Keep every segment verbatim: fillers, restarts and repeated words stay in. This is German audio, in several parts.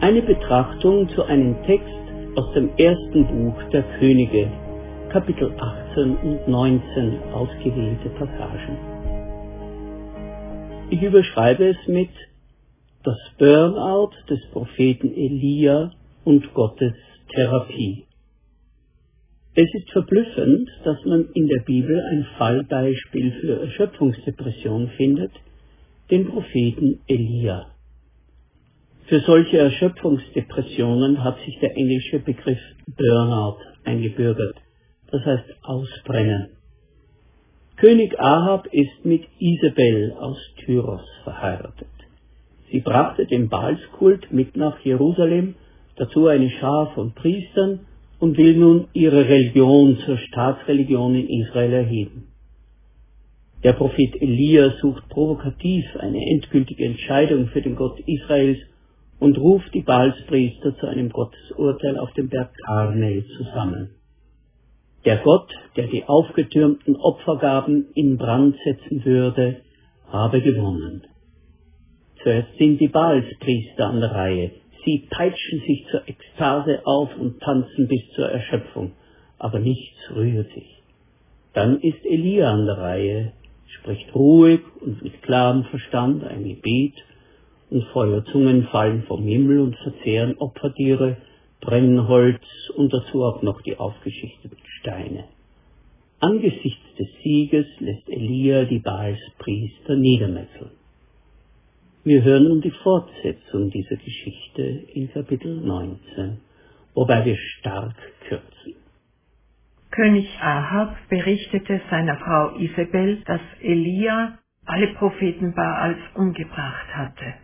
Eine Betrachtung zu einem Text aus dem ersten Buch der Könige, Kapitel achtzehn und neunzehn, ausgewählte Passagen. Ich überschreibe es mit das Burnout des Propheten Elia und Gottes Therapie. Es ist verblüffend, dass man in der Bibel ein Fallbeispiel für Erschöpfungsdepression findet, den Propheten Elia. Für solche Erschöpfungsdepressionen hat sich der englische Begriff Burnout eingebürgert, das heißt Ausbrennen. König Ahab ist mit Isabel aus Tyros verheiratet. Sie brachte den Baalskult mit nach Jerusalem, dazu eine Schar von Priestern, und will nun ihre Religion zur Staatsreligion in Israel erheben. Der Prophet Elia sucht provokativ eine endgültige Entscheidung für den Gott Israels und ruft die Baalspriester zu einem Gottesurteil auf dem Berg Karmel zusammen. Der Gott, der die aufgetürmten Opfergaben in Brand setzen würde, habe gewonnen. Zuerst sind die Baalspriester an der Reihe. Sie peitschen sich zur Ekstase auf und tanzen bis zur Erschöpfung, aber nichts rührt sich. Dann ist Elia an der Reihe, spricht ruhig und mit klarem Verstand ein Gebet, und Feuerzungen fallen vom Himmel und verzehren Opfertiere, Brennholz und dazu auch noch die aufgeschichteten Steine. Angesichts des Sieges lässt Elia die Baalspriester niedermetzeln. Wir hören nun die Fortsetzung dieser Geschichte in Kapitel neunzehn, wobei wir stark kürzen. König Ahab berichtete seiner Frau Isabel, dass Elia alle Propheten Baals umgebracht hatte.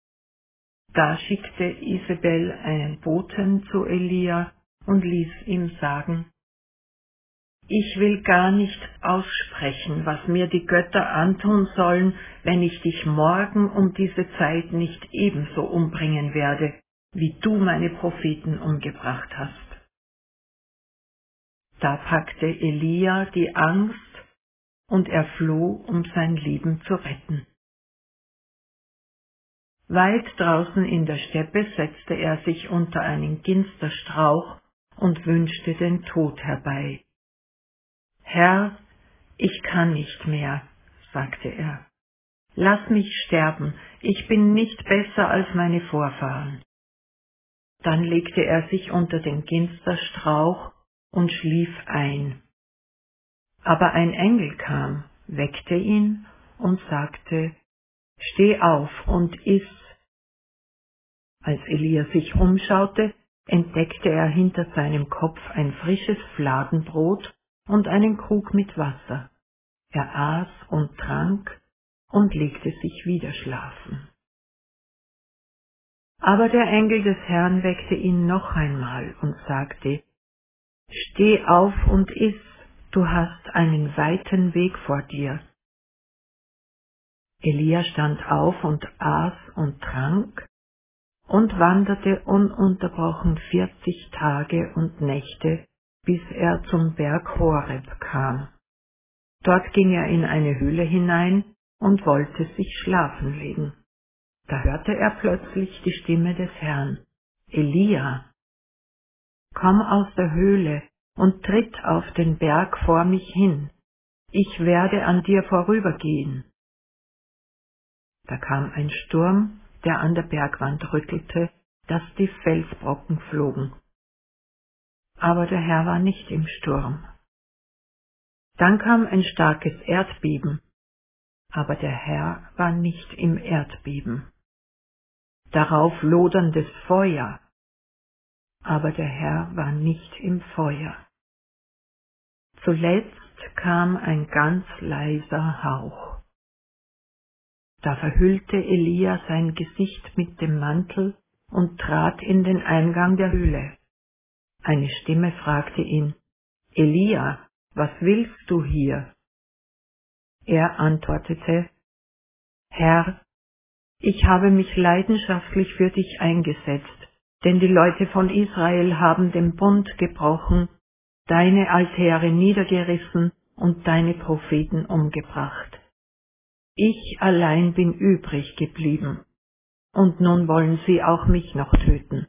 Da schickte Isabel einen Boten zu Elia und ließ ihm sagen: Ich will gar nicht aussprechen, was mir die Götter antun sollen, wenn ich dich morgen um diese Zeit nicht ebenso umbringen werde, wie du meine Propheten umgebracht hast. Da packte Elia die Angst und er floh, um sein Leben zu retten. Weit draußen in der Steppe setzte er sich unter einen Ginsterstrauch und wünschte den Tod herbei. Herr, ich kann nicht mehr, sagte er. Lass mich sterben, ich bin nicht besser als meine Vorfahren. Dann legte er sich unter den Ginsterstrauch und schlief ein. Aber ein Engel kam, weckte ihn und sagte: Steh auf und iss. Als Elia sich umschaute, entdeckte er hinter seinem Kopf ein frisches Fladenbrot und einen Krug mit Wasser. Er aß und trank und legte sich wieder schlafen. Aber der Engel des Herrn weckte ihn noch einmal und sagte: Steh auf und iss, du hast einen weiten Weg vor dir. Elia stand auf und aß und trank und wanderte ununterbrochen vierzig Tage und Nächte, bis er zum Berg Horeb kam. Dort ging er in eine Höhle hinein und wollte sich schlafen legen. Da hörte er plötzlich die Stimme des Herrn: Elia, komm aus der Höhle und tritt auf den Berg vor mich hin. Ich werde an dir vorübergehen. Da kam ein Sturm, der an der Bergwand rüttelte, dass die Felsbrocken flogen. Aber der Herr war nicht im Sturm. Dann kam ein starkes Erdbeben, aber der Herr war nicht im Erdbeben. Darauf loderndes Feuer, aber der Herr war nicht im Feuer. Zuletzt kam ein ganz leiser Hauch. Da verhüllte Elia sein Gesicht mit dem Mantel und trat in den Eingang der Höhle. Eine Stimme fragte ihn: Elia, was willst du hier? Er antwortete: Herr, ich habe mich leidenschaftlich für dich eingesetzt, denn die Leute von Israel haben den Bund gebrochen, deine Altäre niedergerissen und deine Propheten umgebracht. Ich allein bin übrig geblieben. und nun wollen sie auch mich noch töten.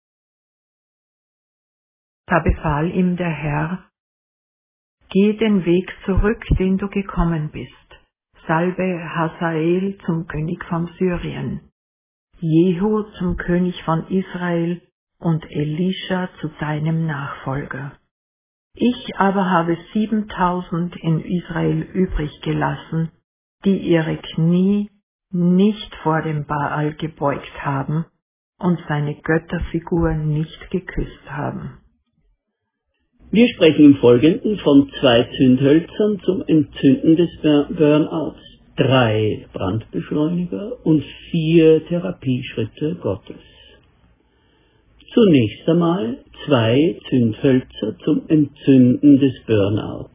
Da befahl ihm der Herr: Geh den Weg zurück, den du gekommen bist, salbe Hazael zum König von Syrien, Jehu zum König von Israel und Elisha zu seinem Nachfolger. Ich aber habe siebentausend in Israel übrig gelassen, die ihre Knie nicht vor dem Baal gebeugt haben und seine Götterfigur nicht geküsst haben. Wir sprechen im Folgenden von zwei Zündhölzern zum Entzünden des Burnouts, drei Brandbeschleuniger und vier Therapieschritte Gottes. Zunächst einmal zwei Zündhölzer zum Entzünden des Burnout.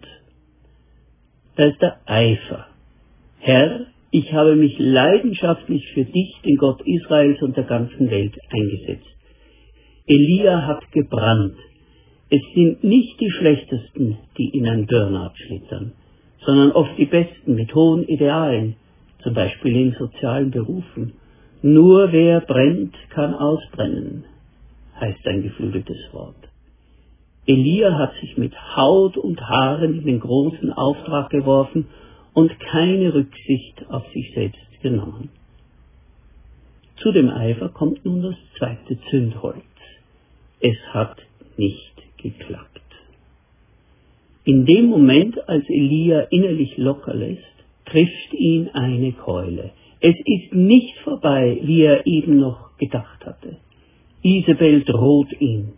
Da ist der Eifer. Herr, ich habe mich leidenschaftlich für dich, den Gott Israels und der ganzen Welt, eingesetzt. Elia hat gebrannt. Es sind nicht die Schlechtesten, die in ein Burnout schlittern, sondern oft die Besten mit hohen Idealen, zum Beispiel in sozialen Berufen. Nur wer brennt, kann ausbrennen, heißt ein geflügeltes Wort. Elia hat sich mit Haut und Haaren in den großen Auftrag geworfen und keine Rücksicht auf sich selbst genommen. Zu dem Eifer kommt nun das zweite Zündholz. Es hat nicht geklappt. In dem Moment, als Elia innerlich locker lässt, trifft ihn eine Keule. Es ist nicht vorbei, wie er eben noch gedacht hatte. Isabel droht ihn.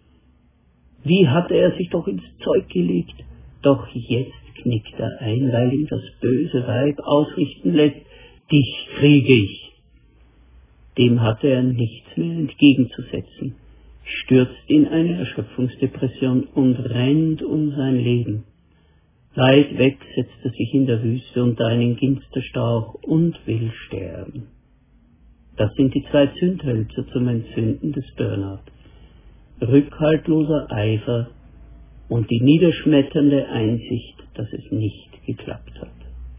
Wie hatte er sich doch ins Zeug gelegt? Doch jetzt knickt er ein, weil ihm das böse Weib ausrichten lässt: Dich kriege ich. Dem hatte er nichts mehr entgegenzusetzen, stürzt in eine Erschöpfungsdepression und rennt um sein Leben. Weit weg setzt er sich in der Wüste unter einen Ginsterstrauch und will sterben. Das sind die zwei Zündhölzer zum Entzünden des Burnout. Rückhaltloser Eifer und die niederschmetternde Einsicht, dass es nicht geklappt hat.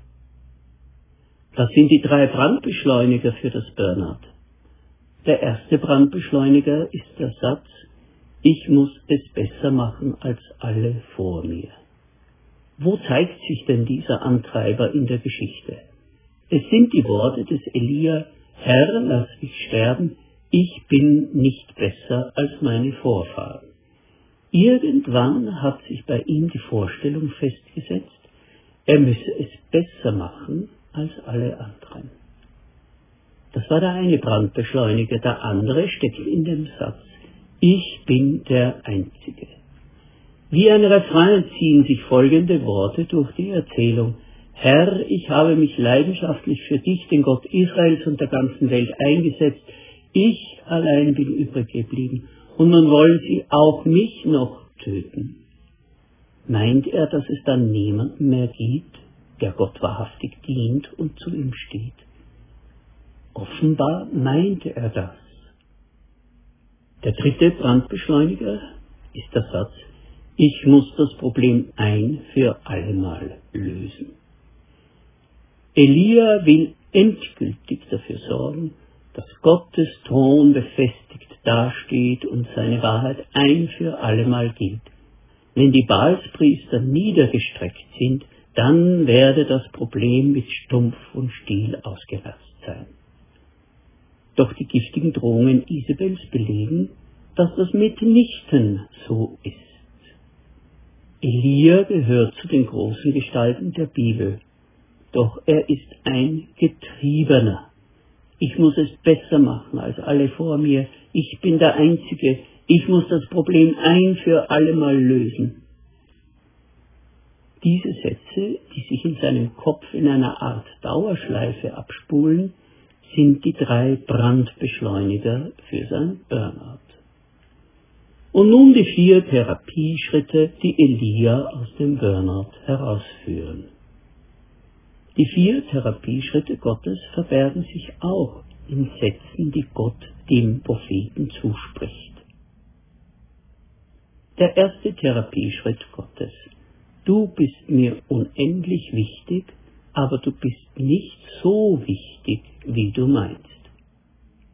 Das sind die drei Brandbeschleuniger für das Burnout. Der erste Brandbeschleuniger ist der Satz: Ich muss es besser machen als alle vor mir. Wo zeigt sich denn dieser Antreiber in der Geschichte? Es sind die Worte des Elia: Herr, lass mich sterben, ich bin nicht besser als meine Vorfahren. Irgendwann hat sich bei ihm die Vorstellung festgesetzt, er müsse es besser machen als alle anderen. Das war der eine Brandbeschleuniger, der andere steckt in dem Satz: Ich bin der Einzige. Wie ein Refrain ziehen sich folgende Worte durch die Erzählung: Herr, ich habe mich leidenschaftlich für dich, den Gott Israels und der ganzen Welt, eingesetzt. Ich allein bin übrig geblieben, und nun wollen sie auch mich noch töten. Meint er, dass es dann niemanden mehr gibt, der Gott wahrhaftig dient und zu ihm steht? Offenbar meinte er das. Der dritte Brandbeschleuniger ist der Satz: Ich muss das Problem ein für allemal lösen. Elia will endgültig dafür sorgen, dass Gottes Thron befestigt dasteht und seine Wahrheit ein für allemal gilt. Wenn die Baalspriester niedergestreckt sind, dann werde das Problem mit Stumpf und Stiel ausgemerzt sein. Doch die giftigen Drohungen Isabels belegen, dass das mitnichten so ist. Elia gehört zu den großen Gestalten der Bibel, doch er ist ein Getriebener. Ich muss es besser machen als alle vor mir, ich bin der Einzige, ich muss das Problem ein für allemal lösen. Diese Sätze, die sich in seinem Kopf in einer Art Dauerschleife abspulen, sind die drei Brandbeschleuniger für sein Burnout. Und nun die vier Therapieschritte, die Elia aus dem Burnout herausführen. Die vier Therapieschritte Gottes verbergen sich auch in Sätzen, die Gott dem Propheten zuspricht. Der erste Therapieschritt Gottes: Du bist mir unendlich wichtig, aber du bist nicht so wichtig, wie du meinst.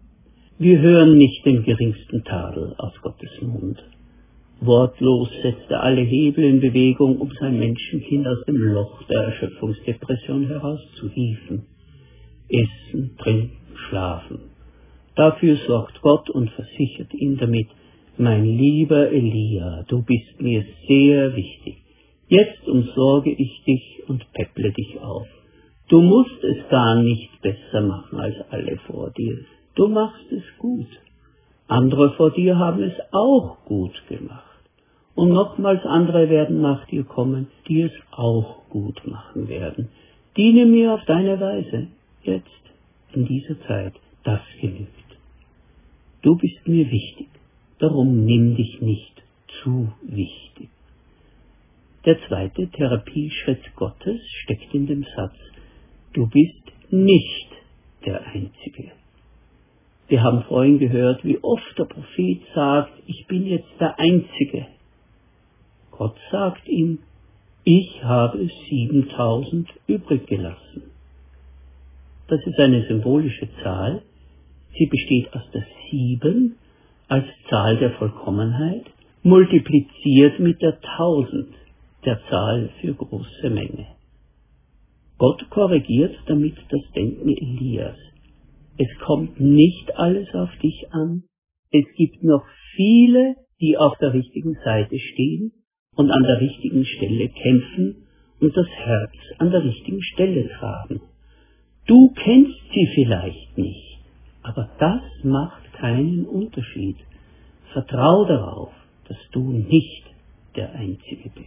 Wir hören nicht den geringsten Tadel aus Gottes Mund. Wortlos setzt er alle Hebel in Bewegung, um sein Menschenkind aus dem Loch der Erschöpfungsdepression herauszuhieven. Essen, trinken, schlafen. Dafür sorgt Gott und versichert ihn damit: Mein lieber Elia, du bist mir sehr wichtig. Jetzt umsorge ich dich und päpple dich auf. Du musst es gar nicht besser machen als alle vor dir. Du machst es gut. Andere vor dir haben es auch gut gemacht. Und nochmals andere werden nach dir kommen, die es auch gut machen werden. Diene mir auf deine Weise, jetzt, in dieser Zeit, das genügt. Du bist mir wichtig, darum nimm dich nicht zu wichtig. Der zweite Therapieschritt Gottes steckt in dem Satz: Du bist nicht der Einzige. Wir haben vorhin gehört, wie oft der Prophet sagt: Ich bin jetzt der Einzige. Gott sagt ihm: Ich habe siebentausend übrig gelassen. Das ist eine symbolische Zahl. Sie besteht aus der sieben als Zahl der Vollkommenheit, multipliziert mit der tausend, der Zahl für große Menge. Gott korrigiert damit das Denken Elias. Es kommt nicht alles auf dich an. Es gibt noch viele, die auf der richtigen Seite stehen und an der richtigen Stelle kämpfen und das Herz an der richtigen Stelle tragen. Du kennst sie vielleicht nicht, aber das macht keinen Unterschied. Vertrau darauf, dass du nicht der Einzige bist.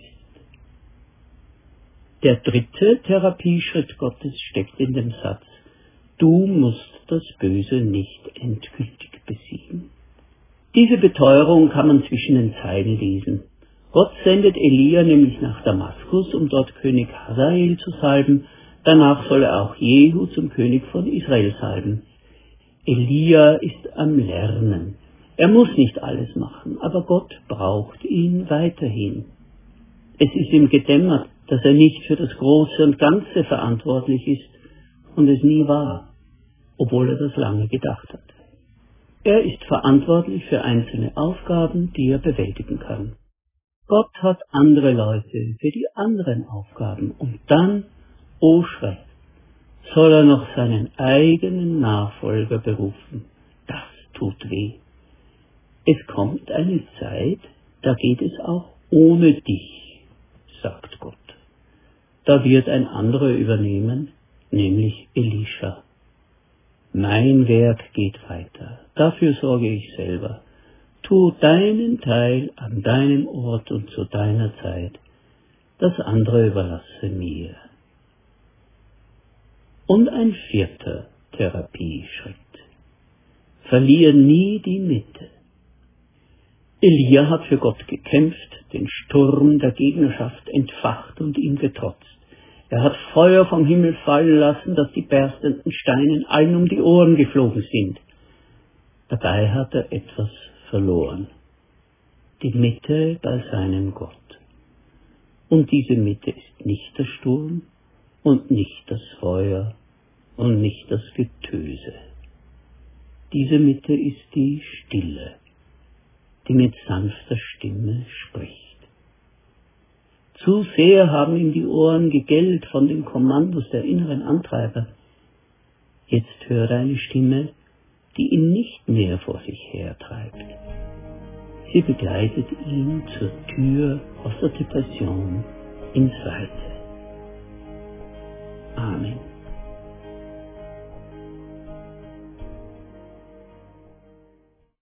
Der dritte Therapieschritt Gottes steckt in dem Satz: Du musst das Böse nicht endgültig besiegen. Diese Beteuerung kann man zwischen den Zeilen lesen. Gott sendet Elia nämlich nach Damaskus, um dort König Hazael zu salben. Danach soll er auch Jehu zum König von Israel salben. Elia ist am Lernen. Er muss nicht alles machen, aber Gott braucht ihn weiterhin. Es ist ihm gedämmert, dass er nicht für das Große und Ganze verantwortlich ist und es nie war, obwohl er das lange gedacht hat. Er ist verantwortlich für einzelne Aufgaben, die er bewältigen kann. Gott hat andere Leute für die anderen Aufgaben und dann, oh Schreck, soll er noch seinen eigenen Nachfolger berufen. Das tut weh. Es kommt eine Zeit, da geht es auch ohne dich, sagt Gott. Da wird ein anderer übernehmen, nämlich Elisha. Mein Werk geht weiter, dafür sorge ich selber. Tu deinen Teil an deinem Ort und zu deiner Zeit, das andere überlasse mir. Und ein vierter Therapieschritt: Verliere nie die Mitte. Elia hat für Gott gekämpft, den Sturm der Gegnerschaft entfacht und ihm getrotzt. Er hat Feuer vom Himmel fallen lassen, dass die berstenden Steine allen um die Ohren geflogen sind. Dabei hat er etwas verloren: die Mitte bei seinem Gott. Und diese Mitte ist nicht der Sturm und nicht das Feuer und nicht das Getöse. Diese Mitte ist die Stille, die mit sanfter Stimme spricht. Zu sehr haben ihm die Ohren gegellt von den Kommandos der inneren Antreiber. Jetzt hört er eine Stimme, die ihn nicht mehr vor sich hertreibt. Sie begleitet ihn zur Tür aus der Depression ins Weite. Amen.